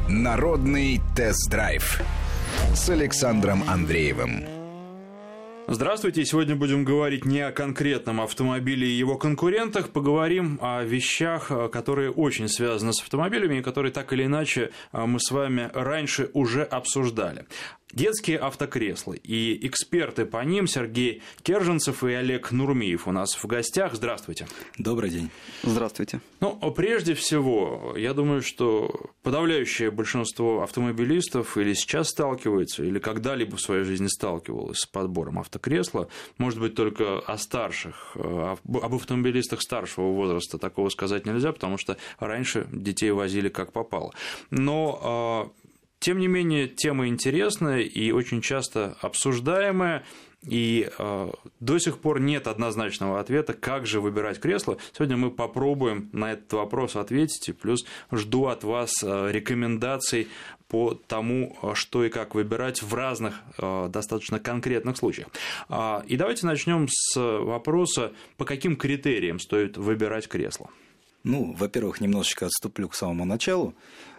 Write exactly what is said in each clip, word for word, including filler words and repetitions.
Народный тест-драйв с Александром Андреевым. Здравствуйте. Сегодня будем говорить не о конкретном автомобиле и его конкурентах, поговорим о вещах, которые очень связаны с автомобилями и которые так или иначе мы с вами раньше уже обсуждали. Детские автокресла и эксперты по ним Сергей Керженцев и Олег Нурмиев у нас в гостях. Здравствуйте. Добрый день. Здравствуйте. Ну, прежде всего, я думаю, что подавляющее большинство автомобилистов или сейчас сталкивается, или когда-либо в своей жизни сталкивалось с подбором автокресла. Может быть, только о старших, об автомобилистах старшего возраста такого сказать нельзя, потому что раньше детей возили как попало. Но тем не менее, тема интересная и очень часто обсуждаемая, и э, до сих пор нет однозначного ответа, как же выбирать кресло. Сегодня мы попробуем на этот вопрос ответить, и плюс жду от вас рекомендаций по тому, что и как выбирать в разных э, достаточно конкретных случаях. И давайте начнем с вопроса, по каким критериям стоит выбирать кресло. Ну, во-первых, немножечко отступлю к самому началу.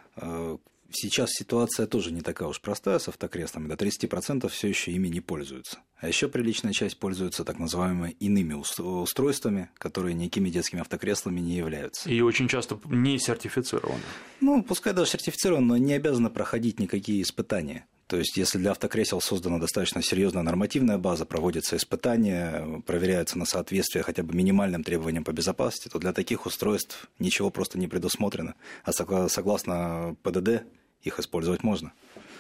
Сейчас ситуация тоже не такая уж простая с автокреслами. До тридцать процентов все еще ими не пользуются. А еще приличная часть пользуется так называемыми иными устройствами, которые никакими детскими автокреслами не являются. И очень часто не сертифицированы. Ну, пускай даже сертифицированы, но не обязаны проходить никакие испытания. То есть, если для автокресел создана достаточно серьезная нормативная база, проводятся испытания, проверяются на соответствие хотя бы минимальным требованиям по безопасности, то для таких устройств ничего просто не предусмотрено. А согласно ПДД их использовать можно.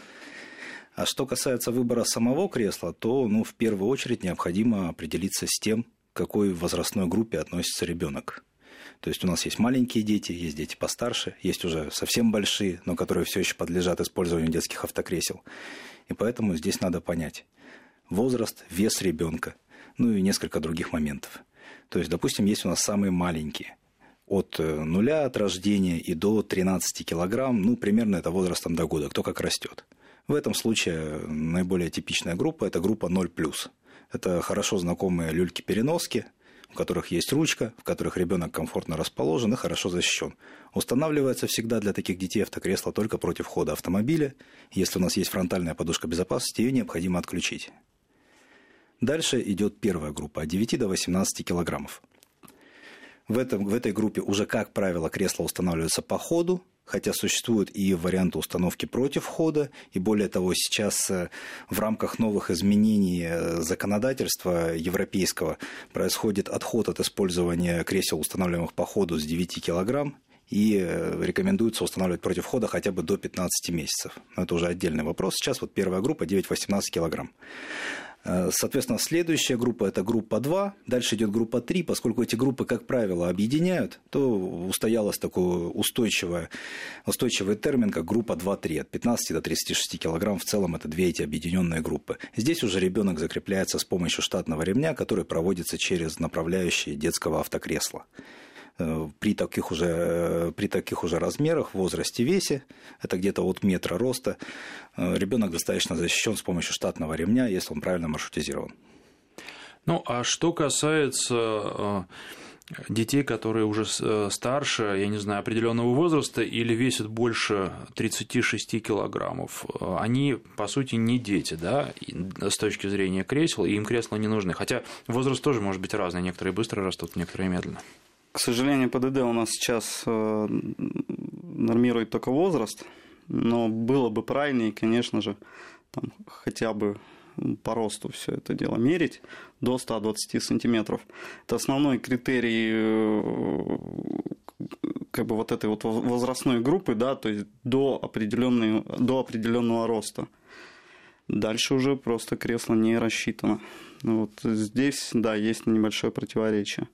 А что касается выбора самого кресла, то ну, в первую очередь необходимо определиться с тем, к какой возрастной группе относится ребенок. То есть у нас есть маленькие дети, есть дети постарше, есть уже совсем большие, но которые все еще подлежат использованию детских автокресел. И поэтому здесь надо понять возраст, вес ребенка, ну и несколько других моментов. То есть, допустим, есть у нас самые маленькие, от нуля от рождения и до тринадцати килограмм, ну примерно это возрастом до года, кто как растет. В этом случае наиболее типичная группа – это группа ноль плюс. Это хорошо знакомые люльки-переноски, у которых есть ручка, в которых ребенок комфортно расположен и хорошо защищен. Устанавливается всегда для таких детей автокресло только против хода автомобиля. Если у нас есть фронтальная подушка безопасности, ее необходимо отключить. Дальше идет первая группа от девяти до восемнадцати килограммов. В, этом, в этой группе уже, как правило, кресло устанавливается по ходу, хотя существуют и варианты установки против хода, и более того, сейчас в рамках новых изменений законодательства европейского происходит отход от использования кресел, устанавливаемых по ходу, с девяти килограмм, и рекомендуется устанавливать против хода хотя бы до пятнадцати месяцев. Но это уже отдельный вопрос. Сейчас вот первая группа девять-восемнадцать килограмм. Соответственно, следующая группа – это группа два, дальше идет группа три. Поскольку эти группы, как правило, объединяют, то устоялось такой устойчивый, устойчивый термин, как группа два-три. От пятнадцати до тридцати шести килограмм в целом это две эти объединенные группы. Здесь уже ребенок закрепляется с помощью штатного ремня, который проводится через направляющие детского автокресла. При таких, уже, при таких уже размерах, возрасте, весе, это где-то от метра роста, ребенок достаточно защищен с помощью штатного ремня, если он правильно маршрутизирован. Ну, а что касается детей, которые уже старше, я не знаю, определенного возраста или весят больше тридцати шести килограммов, они, по сути, не дети, да, с точки зрения кресел, и им кресла не нужны. Хотя возраст тоже может быть разный, некоторые быстро растут, некоторые медленно. К сожалению, ПДД у нас сейчас нормирует только возраст, но было бы правильнее, конечно же, там, хотя бы по росту все это дело мерить до ста двадцати сантиметров. Это основной критерий как бы вот этой вот возрастной группы, да, то есть до определенной, до определенного роста. Дальше уже просто кресло не рассчитано. Вот здесь, да, есть небольшое противоречие.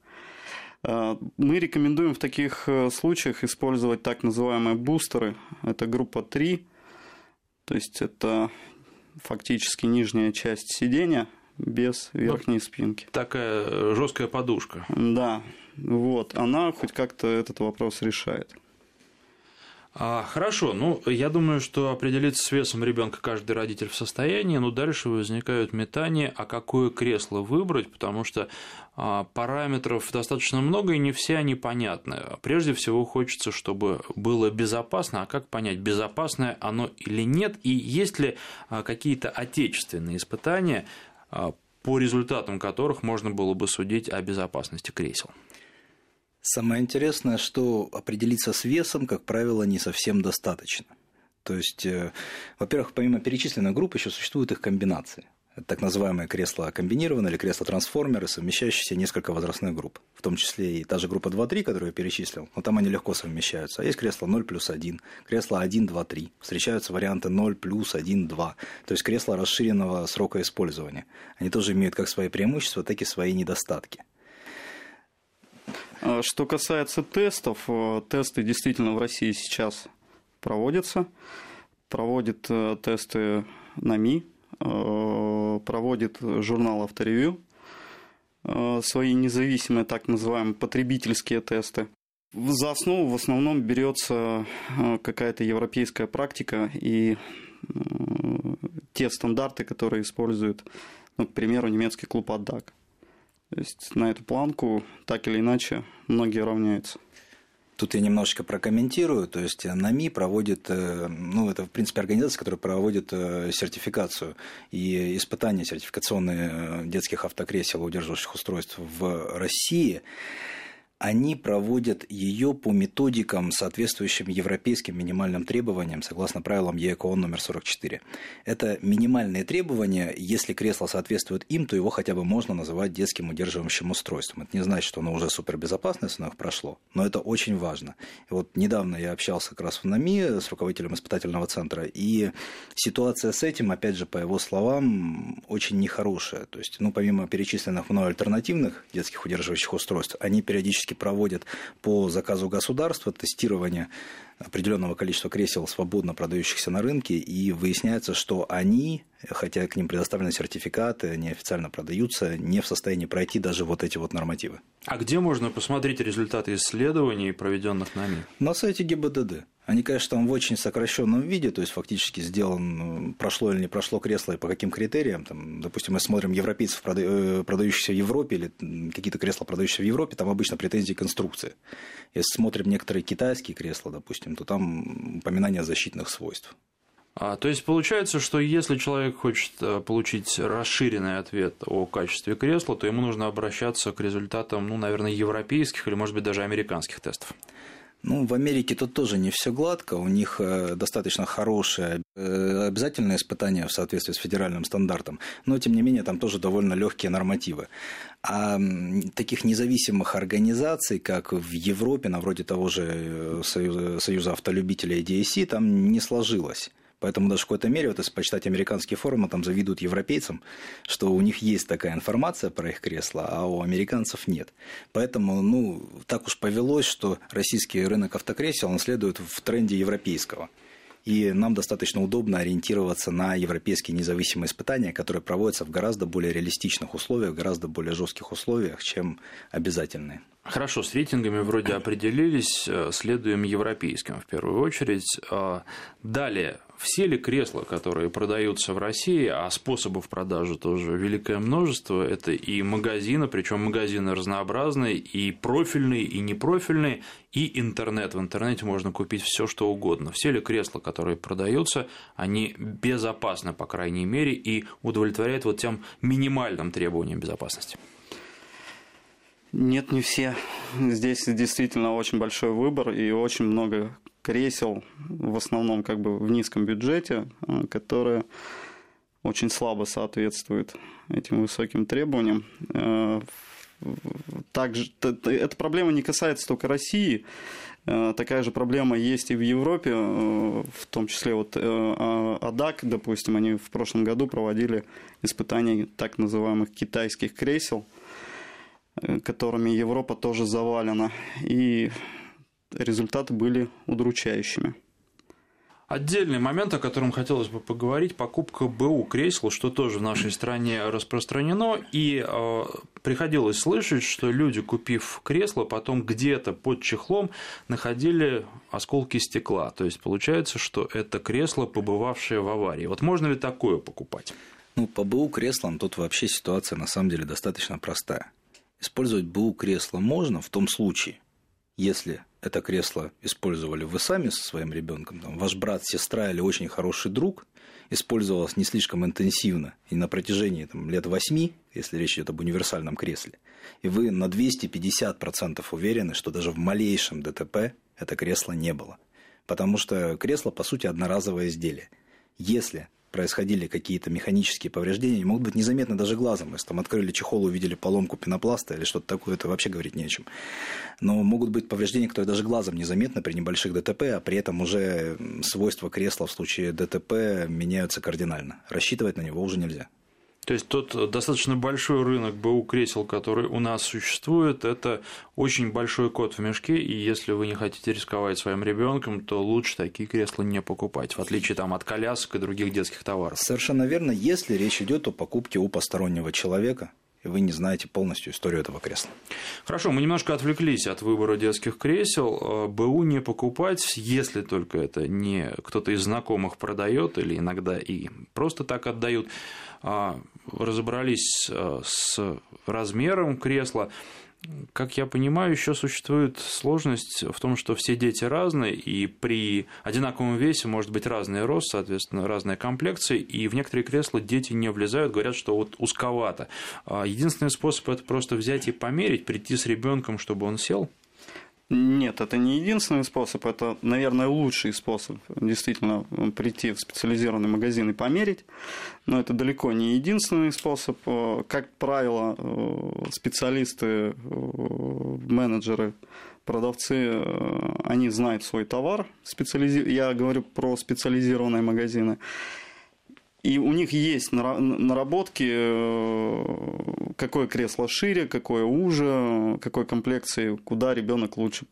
Мы рекомендуем в таких случаях использовать так называемые бустеры. Это группа три, то есть это фактически нижняя часть сидения без верхней спинки. Такая жесткая подушка. Да, вот, она хоть как-то этот вопрос решает. А, хорошо, ну, я думаю, что определиться с весом ребенка каждый родитель в состоянии, но дальше возникают метания, а какое кресло выбрать, потому что а, параметров достаточно много, и не все они понятны. Прежде всего, хочется, чтобы было безопасно, а как понять, безопасное оно или нет, и есть ли а, какие-то отечественные испытания, а, по результатам которых можно было бы судить о безопасности кресел? Самое интересное, что определиться с весом, как правило, не совсем достаточно. То есть, во-первых, помимо перечисленных групп еще существуют их комбинации. Это так называемые кресла комбинированные или кресла-трансформеры, совмещающиеся несколько возрастных групп. В том числе и та же группа два-три, которую я перечислил, но там они легко совмещаются. А есть кресла ноль плюс один, кресла один, два, три. Встречаются варианты ноль плюс один, два. То есть кресла расширенного срока использования. Они тоже имеют как свои преимущества, так и свои недостатки. Что касается тестов, тесты действительно в России сейчас проводятся. Проводит тесты НАМИ, проводит журнал «Авторевью», свои независимые так называемые потребительские тесты. За основу в основном берется какая-то европейская практика и те стандарты, которые использует, ну, к примеру, немецкий клуб АДДАК. То есть на эту планку так или иначе многие равняются. Тут я немножечко прокомментирую. То есть НАМИ проводит, ну, это в принципе организация, которая проводит сертификацию и испытания сертификационные детских автокресел, удерживающих устройств в России. Они проводят ее по методикам, соответствующим европейским минимальным требованиям, согласно правилам ЕКОН номер сорок четыре. Это минимальные требования, если кресло соответствует им, то его хотя бы можно называть детским удерживающим устройством. Это не значит, что оно уже супербезопасное, если оно их прошло, но это очень важно. И вот недавно я общался как раз в НАМИ с руководителем испытательного центра, и ситуация с этим, опять же, по его словам, очень нехорошая. То есть, ну, помимо перечисленных мной альтернативных детских удерживающих устройств, они периодически проводят по заказу государства тестирование определенного количества кресел, свободно продающихся на рынке, и выясняется, что они, хотя к ним предоставлены сертификаты, они официально продаются, не в состоянии пройти даже вот эти вот нормативы. А где можно посмотреть результаты исследований, проведенных нами? На сайте ГИБДД. Они, конечно, там в очень сокращенном виде, то есть фактически сделан, прошло или не прошло кресло и по каким критериям. Там, допустим, мы смотрим европейцев, продающихся в Европе, или какие-то кресла, продающиеся в Европе, там обычно претензии к конструкции. Если смотрим некоторые китайские кресла, допустим, то там упоминание защитных свойств. А, то есть получается, что если человек хочет получить расширенный ответ о качестве кресла, то ему нужно обращаться к результатам, ну, наверное, европейских или, может быть, даже американских тестов. Ну, в Америке тут тоже не все гладко, у них достаточно хорошее обязательное испытание в соответствии с федеральным стандартом, но, тем не менее, там тоже довольно легкие нормативы. А таких независимых организаций, как в Европе, на вроде того же Союза, Союза автолюбителей ди эй си, там не сложилось. Поэтому даже в какой-то мере, вот если почитать американские форумы, там завидуют европейцам, что у них есть такая информация про их кресла, а у американцев нет. Поэтому, ну, так уж повелось, что российский рынок автокресел, он следует в тренде европейского. И нам достаточно удобно ориентироваться на европейские независимые испытания, которые проводятся в гораздо более реалистичных условиях, гораздо более жестких условиях, чем обязательные. Хорошо, с рейтингами вроде определились, следуем европейским в первую очередь. Далее, все ли кресла, которые продаются в России, а способов продажи тоже великое множество, это и магазины, причем магазины разнообразные, и профильные, и непрофильные, и интернет. В интернете можно купить все, что угодно. Все ли кресла, которые продаются, они безопасны, по крайней мере, и удовлетворяют вот тем минимальным требованиям безопасности? Нет, не все. Здесь действительно очень большой выбор и очень много кресел, в основном как бы в низком бюджете, которые очень слабо соответствуют этим высоким требованиям. Также эта проблема не касается только России. Такая же проблема есть и в Европе, в том числе вот АДДАК, допустим, они в прошлом году проводили испытания так называемых китайских кресел, которыми Европа тоже завалена, и результаты были удручающими. Отдельный момент, о котором хотелось бы поговорить, покупка БУ кресел, что тоже в нашей стране распространено, и э, приходилось слышать, что люди, купив кресло, потом где-то под чехлом находили осколки стекла, то есть получается, что это кресло, побывавшее в аварии. Вот можно ли такое покупать? Ну, по БУ креслам тут вообще ситуация на самом деле достаточно простая. Использовать БУ кресло можно в том случае, если это кресло использовали вы сами со своим ребенком, там, ваш брат, сестра или очень хороший друг, использовалось не слишком интенсивно и на протяжении там, лет восьми, если речь идет об универсальном кресле, и вы на двести пятьдесят процентов уверены, что даже в малейшем ДТП это кресло не было. Потому что кресло, по сути, одноразовое изделие. Если происходили какие-то механические повреждения, они могут быть незаметны даже глазом. Если там открыли чехол, увидели поломку пенопласта или что-то такое, это вообще говорить не о чем. Но могут быть повреждения, которые даже глазом незаметны при небольших ДТП, а при этом уже свойства кресла в случае ДТП меняются кардинально. Рассчитывать на него уже нельзя. То есть тот достаточно большой рынок БУ кресел, который у нас существует, это очень большой кот в мешке, и если вы не хотите рисковать своим ребенком, то лучше такие кресла не покупать, в отличие там, от колясок и других детских товаров. Совершенно верно, если речь идет о покупке у постороннего человека, и вы не знаете полностью историю этого кресла. Хорошо, мы немножко отвлеклись от выбора детских кресел. БУ не покупать, если только это не кто-то из знакомых продает или иногда и просто так отдают. Разобрались с размером кресла. Как я понимаю, еще существует сложность в том, что все дети разные, и при одинаковом весе может быть разный рост, соответственно, разная комплекция, и в некоторые кресла дети не влезают, говорят, что вот узковато. Единственный способ – это просто взять и померить, прийти с ребенком, чтобы он сел? Нет, это не единственный способ, это, наверное, лучший способ действительно прийти в специализированный магазин и померить, но это далеко не единственный способ. Как правило, специалисты, менеджеры, продавцы, они знают свой товар, специализи... я говорю про специализированные магазины, и у них есть наработки, какое кресло шире, какое уже, какой комплекции, куда ребенок лучше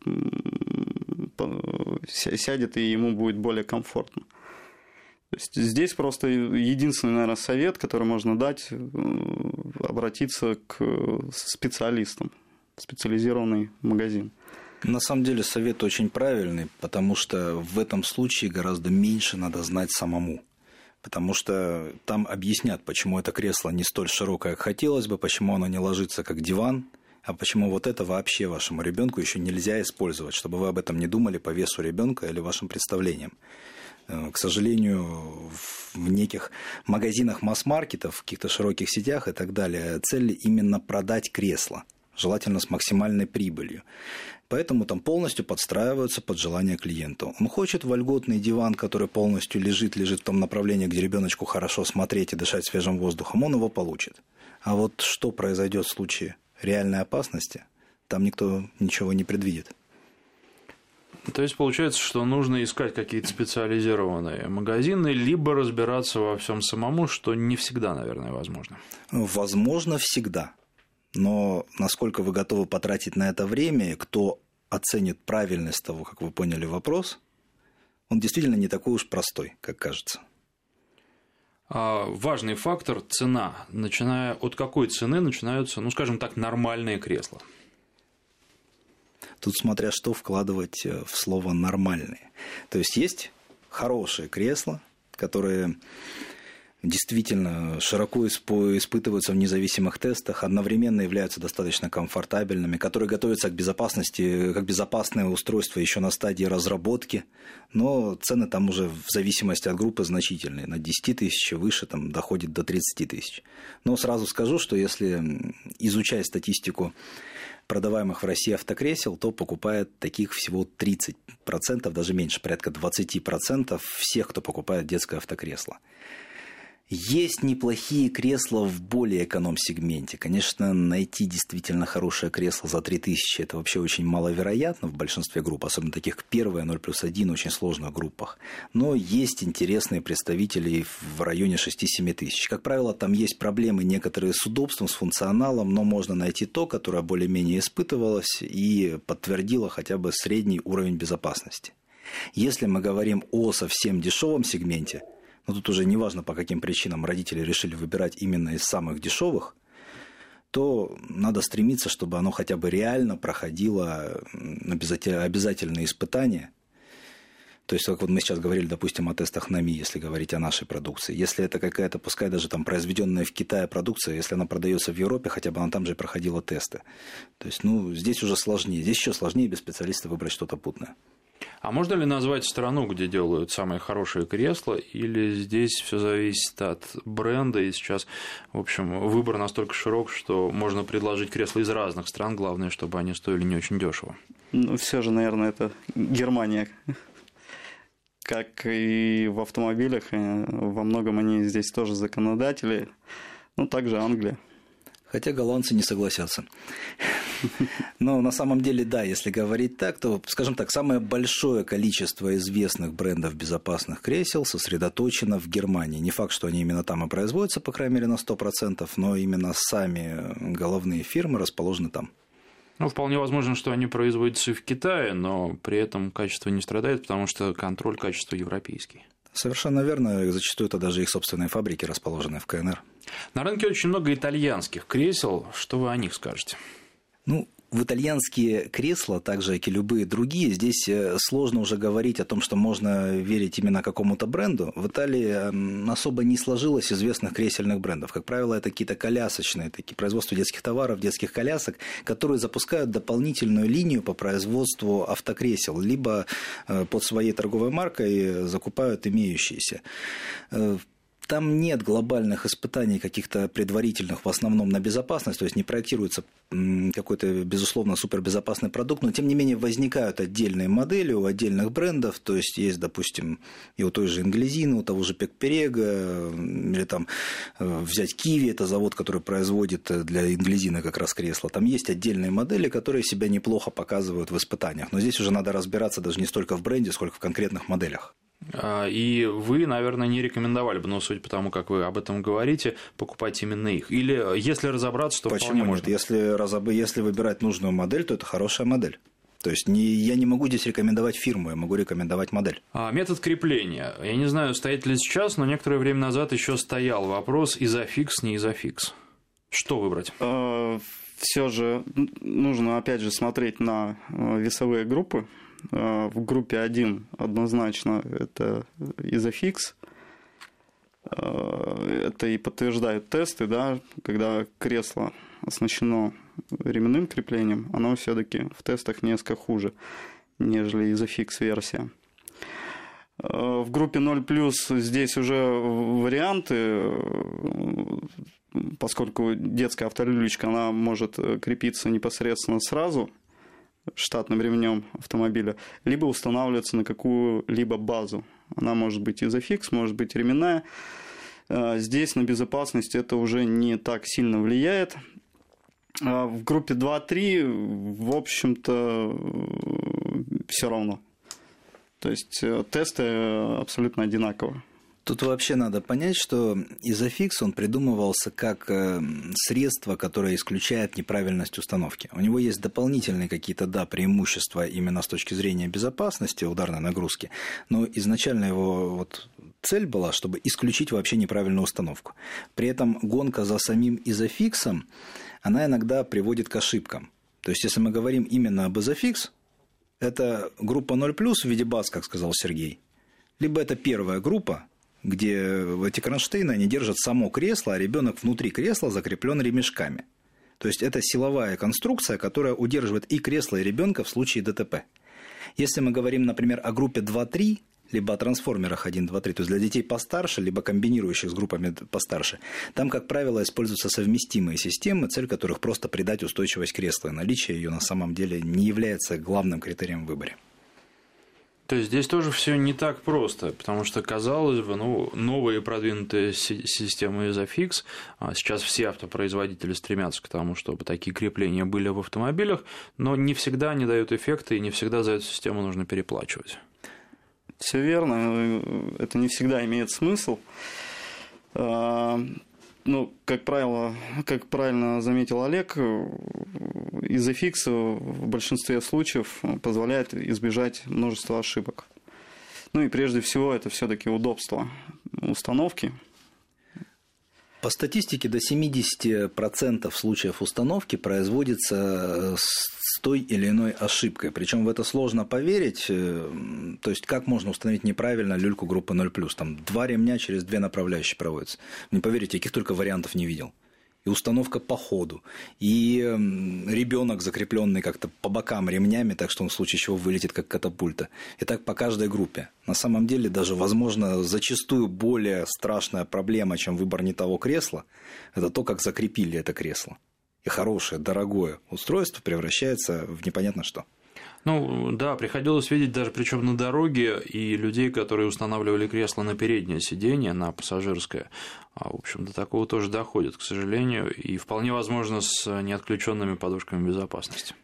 сядет и ему будет более комфортно. То есть здесь просто единственный, наверное, совет, который можно дать, обратиться к специалистам, в специализированный магазин. На самом деле совет очень правильный, потому что в этом случае гораздо меньше надо знать самому. Потому что там объяснят, почему это кресло не столь широкое, как хотелось бы, почему оно не ложится как диван, а почему вот это вообще вашему ребенку еще нельзя использовать, чтобы вы об этом не думали по весу ребенка или вашим представлениям. К сожалению, в неких магазинах масс-маркетов, в каких-то широких сетях и так далее, цель именно продать кресло, желательно с максимальной прибылью. Поэтому там полностью подстраиваются под желание клиента. Он хочет вольготный диван, который полностью лежит, лежит в том направлении, где ребеночку хорошо смотреть и дышать свежим воздухом, он его получит. А вот что произойдет в случае реальной опасности, там никто ничего не предвидит. То есть получается, что нужно искать какие-то специализированные магазины, либо разбираться во всем самому, что не всегда, наверное, возможно. Возможно, всегда. Но насколько вы готовы потратить на это время, кто оценит правильность того, как вы поняли вопрос, он действительно не такой уж простой, как кажется. Важный фактор – цена. Начиная от какой цены начинаются, ну, скажем так, нормальные кресла? Тут смотря что вкладывать в слово «нормальные». То есть есть хорошие кресла, которые действительно широко испытываются в независимых тестах, одновременно являются достаточно комфортабельными, которые готовятся к безопасности, как безопасное устройство еще на стадии разработки, но цены там уже в зависимости от группы значительные, на десять тысяч выше там доходит до тридцать тысяч. Но сразу скажу, что если изучать статистику продаваемых в России автокресел, то покупает таких всего тридцать процентов, даже меньше, порядка двадцать процентов всех, кто покупает детское автокресло. Есть неплохие кресла в более эконом-сегменте. Конечно, найти действительно хорошее кресло за три тысячи – это вообще очень маловероятно в большинстве групп, особенно таких как первая, ноль плюс один, очень сложных группах. Но есть интересные представители в районе шесть-семь тысяч. Как правило, там есть проблемы некоторые с удобством, с функционалом, но можно найти то, которое более-менее испытывалось и подтвердило хотя бы средний уровень безопасности. Если мы говорим о совсем дешевом сегменте, но тут уже неважно, по каким причинам родители решили выбирать именно из самых дешевых, то надо стремиться, чтобы оно хотя бы реально проходило обязательные испытания. То есть, как вот мы сейчас говорили, допустим, о тестах НАМИ, если говорить о нашей продукции. Если это какая-то, пускай даже там произведенная в Китае продукция, если она продается в Европе, хотя бы она там же проходила тесты. То есть, ну, здесь уже сложнее. Здесь еще сложнее без специалиста выбрать что-то путное. А можно ли назвать страну, где делают самые хорошие кресла, или здесь все зависит от бренда, и сейчас, в общем, выбор настолько широк, что можно предложить кресла из разных стран, главное, чтобы они стоили не очень дешево? Ну, все же, наверное, это Германия. Как и в автомобилях, во многом они здесь тоже законодатели, ну, также Англия. Хотя голландцы не согласятся. Но на самом деле, да, если говорить так, то, скажем так, самое большое количество известных брендов безопасных кресел сосредоточено в Германии. Не факт, что они именно там и производятся, по крайней мере, на сто процентов, но именно сами головные фирмы расположены там. Ну, вполне возможно, что они производятся и в Китае, но при этом качество не страдает, потому что контроль качества европейский. Совершенно верно. Зачастую это даже их собственные фабрики, расположенные в КНР. На рынке очень много итальянских кресел. Что вы о них скажете? Ну, в итальянские кресла, так же, как и любые другие, здесь сложно уже говорить о том, что можно верить именно какому-то бренду. В Италии особо не сложилось известных кресельных брендов. Как правило, это какие-то колясочные, такие производства детских товаров, детских колясок, которые запускают дополнительную линию по производству автокресел, либо под своей торговой маркой закупают имеющиеся. Там нет глобальных испытаний каких-то предварительных, в основном на безопасность, то есть не проектируется какой-то, безусловно, супербезопасный продукт, но тем не менее возникают отдельные модели у отдельных брендов, то есть есть, допустим, и у той же Инглезины, у того же Пекперега, или там взять Киви, это завод, который производит для Инглезины как раз кресла, там есть отдельные модели, которые себя неплохо показывают в испытаниях, но здесь уже надо разбираться даже не столько в бренде, сколько в конкретных моделях. И вы, наверное, не рекомендовали бы, но судя по тому, как вы об этом говорите, покупать именно их. Или если разобраться, то Почему вполне нет? можно. Если, разоб... если выбирать нужную модель, то это хорошая модель. То есть не... я не могу здесь рекомендовать фирму, я могу рекомендовать модель. А метод крепления. Я не знаю, стоит ли сейчас, но некоторое время назад еще стоял вопрос изофикс, не изофикс. Что выбрать? Все же нужно, опять же, смотреть на весовые группы. В группе один однозначно это изофикс. Это и подтверждают тесты, да, когда кресло оснащено ременным креплением, оно все-таки в тестах несколько хуже, нежели изофикс-версия. В группе ноль плюс здесь уже варианты, поскольку детская автолюлечка, она может крепиться непосредственно сразу штатным ремнем автомобиля, либо устанавливаться на какую-либо базу. Она может быть изофикс, может быть ременная. Здесь на безопасность это уже не так сильно влияет. В группе два-три, в общем-то, все равно. То есть тесты абсолютно одинаковые. Тут вообще надо понять, что изофикс, он придумывался как средство, которое исключает неправильность установки. У него есть дополнительные какие-то, да, преимущества именно с точки зрения безопасности, ударной нагрузки, но изначально его вот цель была, чтобы исключить вообще неправильную установку. При этом гонка за самим изофиксом, она иногда приводит к ошибкам. То есть, если мы говорим именно об изофикс, это группа ноль плюс в виде баз, как сказал Сергей, либо это первая группа, где эти кронштейны, они держат само кресло, а ребенок внутри кресла закреплен ремешками. То есть это силовая конструкция, которая удерживает и кресло, и ребенка в случае ДТП. Если мы говорим, например, о группе два-три, либо о трансформерах один, два, три, то есть для детей постарше, либо комбинирующих с группами постарше, там, как правило, используются совместимые системы, цель которых просто придать устойчивость кресла. И наличие ее на самом деле не является главным критерием в выборе. То есть здесь тоже все не так просто, потому что, казалось бы, ну, новые продвинутые системы изофикс, сейчас все автопроизводители стремятся к тому, чтобы такие крепления были в автомобилях, но не всегда они дают эффекты, и не всегда за эту систему нужно переплачивать. Все верно, это не всегда имеет смысл. Ну, как правило, как правильно заметил Олег, изофикс в большинстве случаев позволяет избежать множества ошибок. Ну и прежде всего это все-таки удобство установки. По статистике до семьдесят процентов случаев установки производится с той или иной ошибкой. Причем в это сложно поверить. То есть как можно установить неправильно люльку группы ноль плюс? Там два ремня через две направляющие проводятся. Не поверите, каких только вариантов не видел. И установка по ходу, и ребенок, закрепленный как-то по бокам ремнями, так что он в случае чего вылетит как катапульта. И так по каждой группе. На самом деле даже, возможно, зачастую более страшная проблема, чем выбор не того кресла, это то, как закрепили это кресло. И хорошее, дорогое устройство превращается в непонятно что. Ну, да, приходилось видеть даже, причем на дороге, и людей, которые устанавливали кресло на переднее сиденье, на пассажирское. В общем, до такого тоже доходит, к сожалению, и вполне возможно с неотключенными подушками безопасности.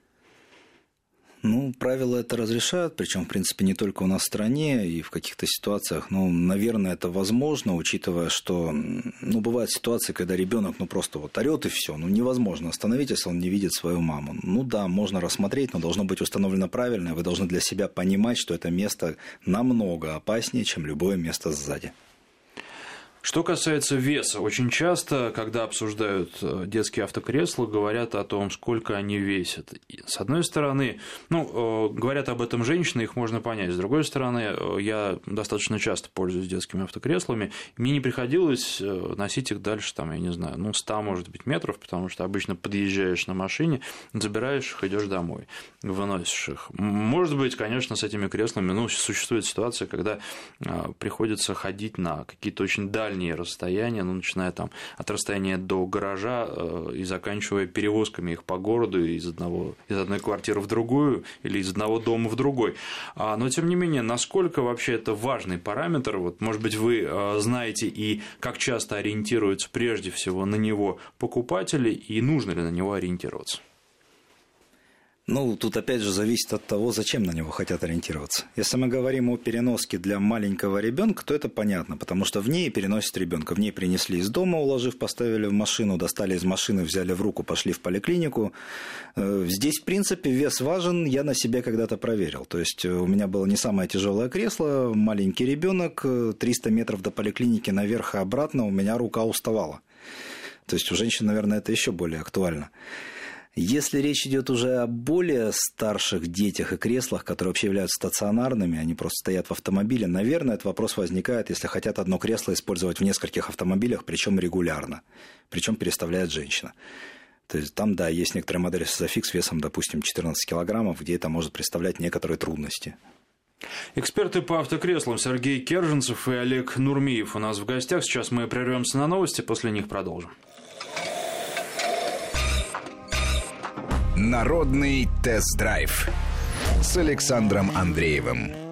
Ну, правила это разрешают, причем, в принципе, не только у нас в стране, и в каких-то ситуациях, ну, наверное, это возможно, учитывая, что, ну, бывают ситуации, когда ребенок, ну, просто вот орет и все, ну, невозможно остановить, если он не видит свою маму. Ну, да, можно рассмотреть, но должно быть установлено правильно, вы должны для себя понимать, что это место намного опаснее, чем любое место сзади. Что касается веса, очень часто, когда обсуждают детские автокресла, говорят о том, сколько они весят. И, с одной стороны, ну, говорят об этом женщины, их можно понять. С другой стороны, я достаточно часто пользуюсь детскими автокреслами. Мне не приходилось носить их дальше, там, я не знаю, ну, сто, может быть, метров, потому что обычно подъезжаешь на машине, забираешь их, идешь домой, выносишь их. Может быть, конечно, с этими креслами, ну, существует ситуация, когда приходится ходить на какие-то очень дальние расстояния, ну, начиная там от расстояния до гаража э, и заканчивая перевозками их по городу из, одного, из одной квартиры в другую или из одного дома в другой. А, но, тем не менее, насколько вообще это важный параметр? Вот, может быть, вы э, знаете и как часто ориентируются прежде всего на него покупатели, и нужно ли на него ориентироваться? Ну, тут опять же зависит от того, зачем на него хотят ориентироваться. Если мы говорим о переноске для маленького ребенка, то это понятно, потому что в ней переносят ребенка. В ней принесли из дома, уложив, поставили в машину, достали из машины, взяли в руку, пошли в поликлинику. Здесь, в принципе, вес важен, я на себе когда-то проверил. То есть у меня было не самое тяжелое кресло, маленький ребенок, триста метров до поликлиники наверх и обратно, у меня рука уставала. То есть у женщин, наверное, это еще более актуально. Если речь идет уже о более старших детях и креслах, которые вообще являются стационарными, они просто стоят в автомобиле, наверное, этот вопрос возникает, если хотят одно кресло использовать в нескольких автомобилях, причем регулярно, причем переставляет женщина. То есть там, да, есть некоторые модели Sofix с весом, допустим, четырнадцать килограммов, где это может представлять некоторые трудности. Эксперты по автокреслам Сергей Керженцев и Олег Нурмиев у нас в гостях. Сейчас мы прервемся на новости, после них продолжим. Народный тест-драйв с Александром Андреевым.